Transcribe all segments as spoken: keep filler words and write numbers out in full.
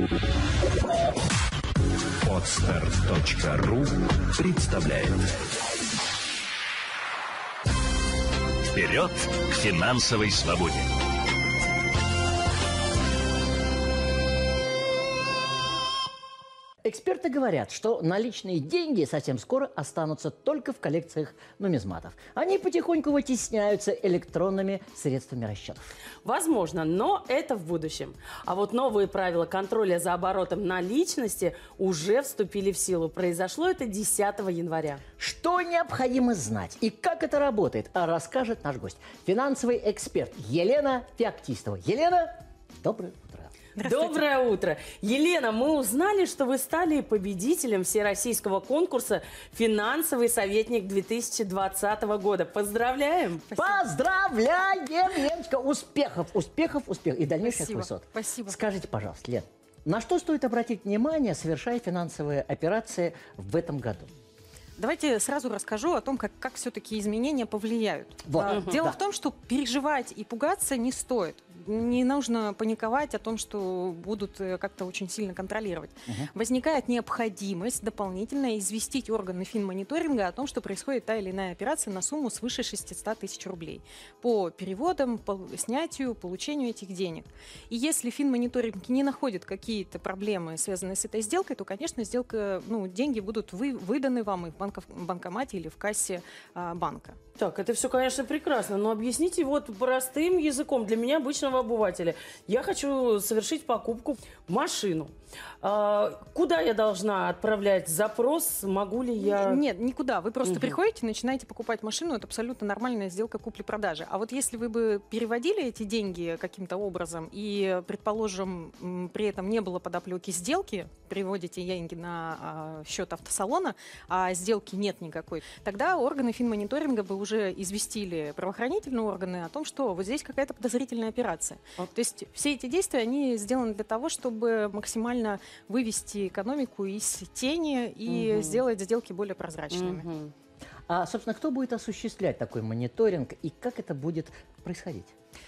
Podster.ру представляет. Вперед к финансовой свободе! Эксперты говорят, что наличные деньги совсем скоро останутся только в коллекциях нумизматов. Они потихоньку вытесняются электронными средствами расчетов. Возможно, но это в будущем. А вот новые правила контроля за оборотом наличности уже вступили в силу. Произошло это десятого января. Что необходимо знать и как это работает, расскажет наш гость. Финансовый эксперт Елена Феоктистова. Елена, доброе утро. Доброе утро. Елена, мы узнали, что вы стали победителем всероссийского конкурса «Финансовый советник две тысячи двадцатого года». Поздравляем! Спасибо. Поздравляем, Леночка! Успехов, успехов, успехов и дальнейших Спасибо. высот. Спасибо. Скажите, пожалуйста, Лен, на что стоит обратить внимание, совершая финансовые операции в этом году? Давайте сразу расскажу о том, как, как все-таки изменения повлияют. Вот. А, Угу. Дело Да. в том, что переживать и пугаться не стоит. Не нужно паниковать о том, что будут э, как-то очень сильно контролировать. Угу. Возникает необходимость дополнительно известить органы финмониторинга о том, что происходит та или иная операция на сумму свыше шестисот тысяч рублей по переводам, по снятию, получению этих денег. И если финмониторинг не находит какие-то проблемы, связанные с этой сделкой, то, конечно, сделка, ну, деньги будут вы, выданы вам и в банков, банкомате или в кассе а, банка. Так, это все, конечно, прекрасно, но объясните вот простым языком для меня, обычного обывателя. Я хочу совершить покупку машину. А, куда я должна отправлять запрос? Могу ли я... Нет, никуда. Вы просто Угу. приходите, начинаете покупать машину. Это абсолютно нормальная сделка купли-продажи. А вот если вы бы переводили эти деньги каким-то образом и, предположим, м, при этом не было подоплеки сделки, переводите деньги на а, счет автосалона, а сделки нет никакой, тогда органы финмониторинга бы уже известили правоохранительные органы о том, что вот здесь какая-то подозрительная операция. А. То есть все эти действия, они сделаны для того, чтобы максимально вывести экономику из тени и Мгм. сделать сделки более прозрачными. Мгм. А, собственно, кто будет осуществлять такой мониторинг и как это будет происходить?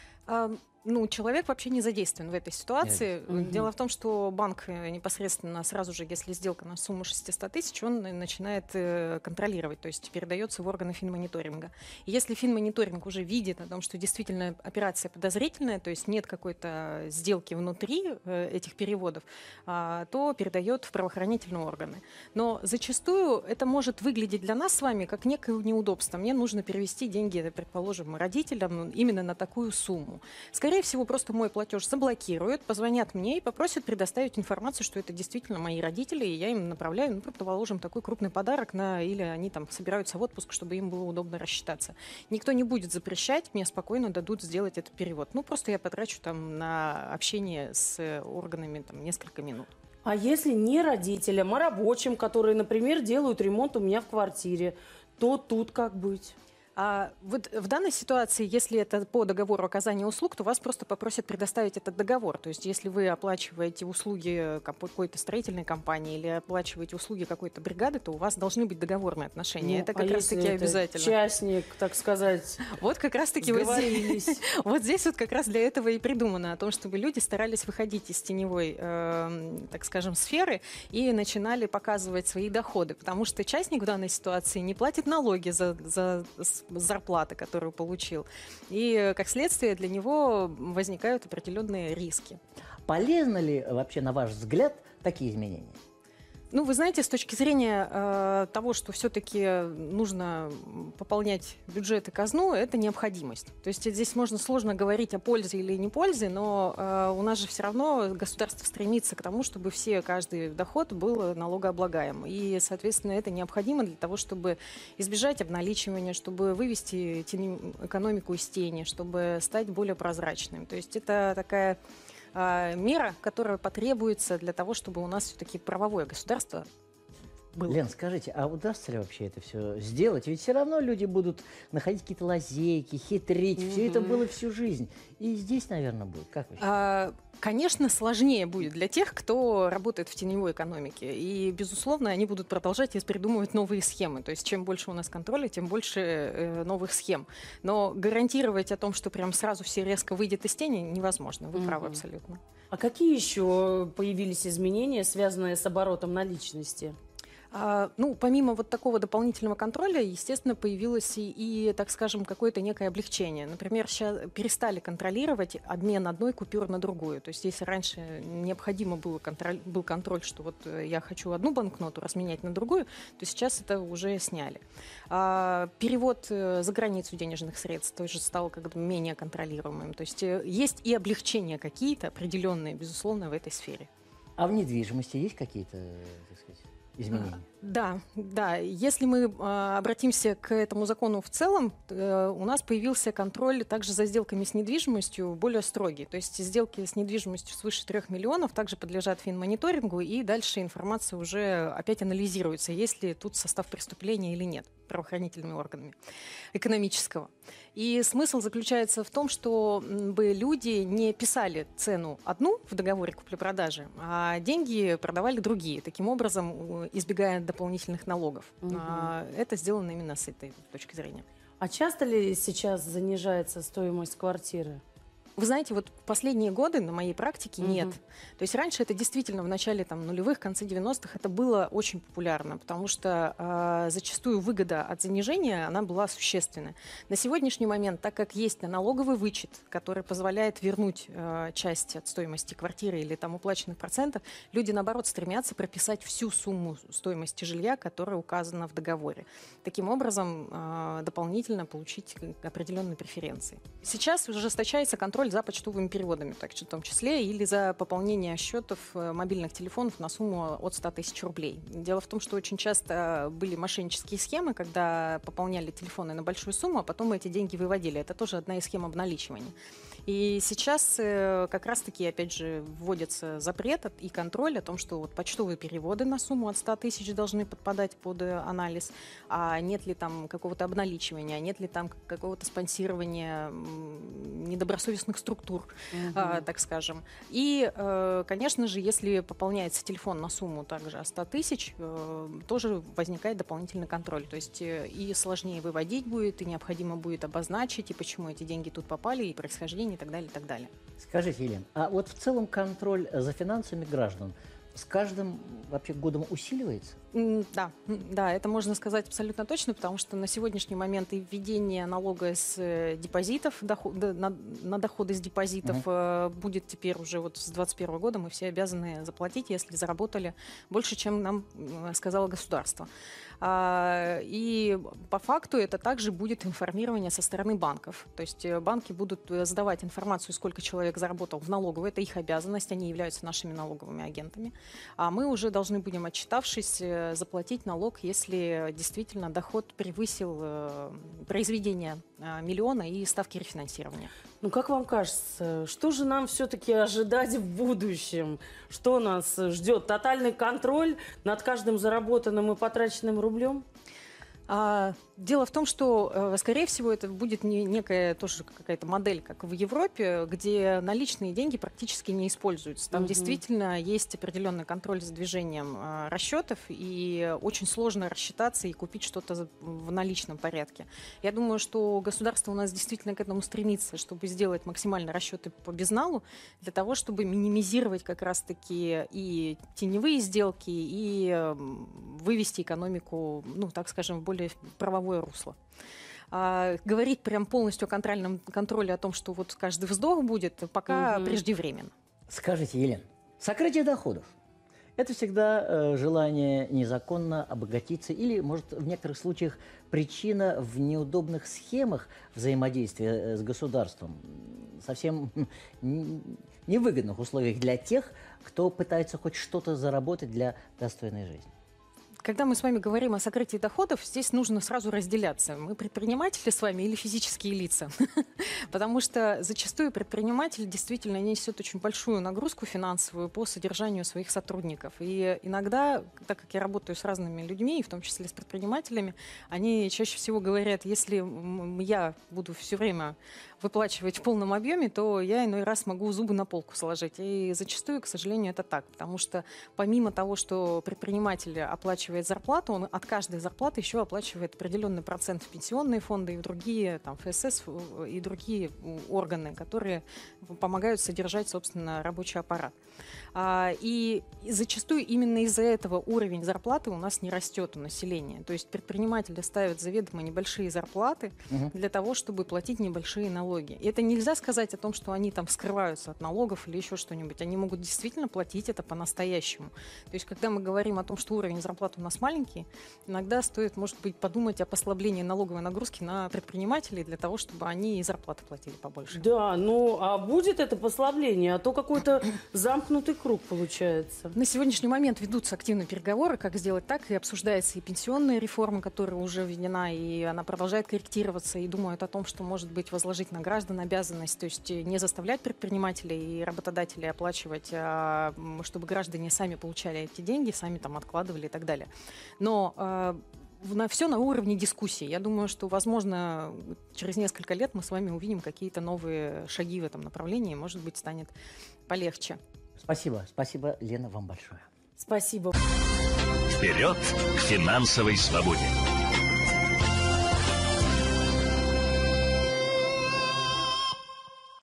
А, ну, человек вообще не задействован в этой ситуации. Мгм. Дело в том, что банк э, непосредственно сразу же, если сделка на сумму шестисот тысяч, он э, начинает э, контролировать, то есть передается в органы финмониторинга. И если финмониторинг уже видит о том, что действительно операция подозрительная, то есть нет какой-то сделки внутри э, этих переводов, а, то передает в правоохранительные органы. Но зачастую это может выглядеть для нас с вами как некое неудобство. Мне нужно перевести деньги, предположим, родителям именно на такую сумму. Скорее всего, просто мой платеж заблокируют, позвонят мне и попросят предоставить информацию, что это действительно мои родители, и я им направляю, ну, предположим, такой крупный подарок, на, или они там собираются в отпуск, чтобы им было удобно рассчитаться. Никто не будет запрещать, мне спокойно дадут сделать этот перевод. Ну, просто я потрачу там на общение с органами там несколько минут. А если не родителям, а рабочим, которые, например, делают ремонт у меня в квартире, то тут как быть? А вот в данной ситуации, если это по договору оказания услуг, то вас просто попросят предоставить этот договор. То есть если вы оплачиваете услуги какой-то строительной компании или оплачиваете услуги какой-то бригады, то у вас должны быть договорные отношения. Ну, это а как раз-таки если это обязательно. Частник, так сказать, Вот как раз-таки вот сговорились. здесь, вот здесь вот как раз для этого и придумано, о том, чтобы люди старались выходить из теневой, э, так скажем, сферы и начинали показывать свои доходы. Потому что частник в данной ситуации не платит налоги за, за зарплаты, которую получил. И, как следствие, для него возникают определенные риски. Полезно ли вообще, на ваш взгляд, такие изменения? Ну, вы знаете, с точки зрения э, того, что все-таки нужно пополнять бюджет и казну, это необходимость. То есть здесь можно сложно говорить о пользе или не пользе, но э, у нас же все равно государство стремится к тому, чтобы все, каждый доход был налогооблагаем. И, соответственно, это необходимо для того, чтобы избежать обналичивания, чтобы вывести тени, экономику из тени, чтобы стать более прозрачным. То есть это такая мера, которая потребуется для того, чтобы у нас все-таки правовое государство было. Лен, скажите, а удастся ли вообще это все сделать? Ведь все равно люди будут находить какие-то лазейки, хитрить. Мгм. Все это было всю жизнь. И здесь, наверное, будет. Как вы считаете? А, Конечно, сложнее будет для тех, кто работает в теневой экономике. И, безусловно, они будут продолжать придумывать новые схемы. То есть, чем больше у нас контроля, тем больше э, новых схем. Но гарантировать о том, что прям сразу все резко выйдет из тени, невозможно. Вы правы Мгм. абсолютно. А какие еще появились изменения, связанные с оборотом наличности? А, ну, помимо вот такого дополнительного контроля, естественно, появилось и, и, так скажем, какое-то некое облегчение. Например, сейчас перестали контролировать обмен одной купюры на другую. То есть, если раньше необходимо было контроль, был контроль, что вот э, я хочу одну банкноту разменять на другую, то сейчас это уже сняли. А, перевод э, за границу денежных средств тоже стал как бы менее контролируемым. То есть, э, есть и облегчения какие-то определенные, безусловно, в этой сфере. А в недвижимости есть какие-то, так сказать, изменения? Да, да. Если мы э, обратимся к этому закону в целом, э, у нас появился контроль также за сделками с недвижимостью более строгий. То есть сделки с недвижимостью свыше трех миллионов также подлежат финмониторингу, и дальше информация уже опять анализируется, есть ли тут состав преступления или нет правоохранительными органами экономического. И смысл заключается в том, что бы люди не писали цену одну в договоре купли-продажи, а деньги продавали другие, таким образом избегая дополнительных налогов. Мгм. А, Это сделано именно с этой точки зрения. А часто ли сейчас занижается стоимость квартиры? Вы знаете, вот последние годы на моей практике Мгм. нет. То есть раньше это действительно в начале там, нулевых, конце девяностых это было очень популярно, потому что э, зачастую выгода от занижения, она была существенная. На сегодняшний момент, так как есть налоговый вычет, который позволяет вернуть э, часть от стоимости квартиры или там уплаченных процентов, люди, наоборот, стремятся прописать всю сумму стоимости жилья, которая указана в договоре. Таким образом, э, дополнительно получить определенные преференции. Сейчас ужесточается контроль за почтовыми переводами, так, в том числе, или за пополнение счетов э, мобильных телефонов на сумму от ста тысяч рублей. Дело в том, что очень часто были мошеннические схемы, когда пополняли телефоны на большую сумму, а потом эти деньги выводили. Это тоже одна из схем обналичивания. И сейчас э, как раз-таки, опять же, вводится запрет от- и контроль о том, что вот почтовые переводы на сумму от ста тысяч должны подпадать под э, анализ, а нет ли там какого-то обналичивания, нет ли там какого-то спонсирования м, недобросовестных структур, а, так скажем. И, э, конечно же, если пополняется телефон на сумму также от ста тысяч, э, тоже возникает дополнительный контроль. То есть э, и сложнее выводить будет, и необходимо будет обозначить, и почему эти деньги тут попали, и происхождение, и так далее, и так далее. Скажите, Елена, а вот в целом контроль за финансами граждан с каждым вообще годом усиливается? М, Да, м, да, это можно сказать абсолютно точно, потому что на сегодняшний момент и введение налога с э, депозитов, доход- да, на, на доходы с депозитов Мгм. э, будет теперь уже вот с двадцать первого года мы все обязаны заплатить, если заработали больше, чем нам м, сказало государство. А, И по факту это также будет информирование со стороны банков. То есть э, банки будут э, сдавать информацию, сколько человек заработал в налоговую. Это их обязанность, они являются нашими налоговыми агентами. А мы уже должны будем, отчитавшись, э, заплатить налог, если действительно доход превысил э, произведение э, миллиона и ставки рефинансирования. Ну, как вам кажется, что же нам все-таки ожидать в будущем? Что нас ждет? Тотальный контроль над каждым заработанным и потраченным рублем? А, дело в том, что, э, скорее всего, это будет не, некая тоже какая-то модель, как в Европе, где наличные деньги практически не используются. Там Мгм. действительно есть определенный контроль за движением э, расчетов, и очень сложно рассчитаться и купить что-то за- в наличном порядке. Я думаю, что государство у нас действительно к этому стремится, чтобы сделать максимально расчеты по безналу, для того, чтобы минимизировать как раз-таки и теневые сделки, и эм, вывести экономику, ну, так скажем, в более правовое русло. А, говорить прям полностью о контрольном контроле, о том, что вот каждый вздох будет, пока Мгм. преждевременно. Скажите, Елена, сокрытие доходов – это всегда э, желание незаконно обогатиться или, может, в некоторых случаях причина в неудобных схемах взаимодействия э, с государством, м, совсем м, невыгодных условиях для тех, кто пытается хоть что-то заработать для достойной жизни? Когда мы с вами говорим о сокрытии доходов, здесь нужно сразу разделяться. Мы предприниматели с вами или физические лица? Потому что зачастую предприниматель действительно несет очень большую нагрузку финансовую по содержанию своих сотрудников. И иногда, так как я работаю с разными людьми, и в том числе с предпринимателями, они чаще всего говорят, если я буду все время выплачивать в полном объеме, то я иной раз могу зубы на полку сложить. И зачастую, к сожалению, это так. Потому что помимо того, что предприниматель оплачивает зарплату, он от каждой зарплаты еще оплачивает определенный процент в пенсионные фонды и в другие, там, ФСС и другие органы, которые помогают содержать, собственно, рабочий аппарат. И зачастую именно из-за этого уровень зарплаты у нас не растет у населения. То есть предприниматели ставят заведомо небольшие зарплаты угу. для того, чтобы платить небольшие налоги. И это нельзя сказать о том, что они там скрываются от налогов или еще что-нибудь. Они могут действительно платить это по-настоящему. То есть когда мы говорим о том, что уровень зарплаты у нас маленький, иногда стоит, может быть, подумать о послаблении налоговой нагрузки на предпринимателей для того, чтобы они и зарплаты платили побольше. Да, ну а будет это послабление? А то какой-то замкнутый круг получается. На сегодняшний момент ведутся активные переговоры, как сделать так, и обсуждается и пенсионная реформа, которая уже введена, и она продолжает корректироваться, и думают о том, что, может быть, возложить на граждан обязанность, то есть не заставлять предпринимателей и работодателей оплачивать, а чтобы граждане сами получали эти деньги, сами там откладывали и так далее. Но на все на уровне дискуссии. Я думаю, что, возможно, через несколько лет мы с вами увидим какие-то новые шаги в этом направлении, и, может быть, станет полегче. Спасибо. Спасибо, Лена, вам большое. Спасибо. Вперед к финансовой свободе!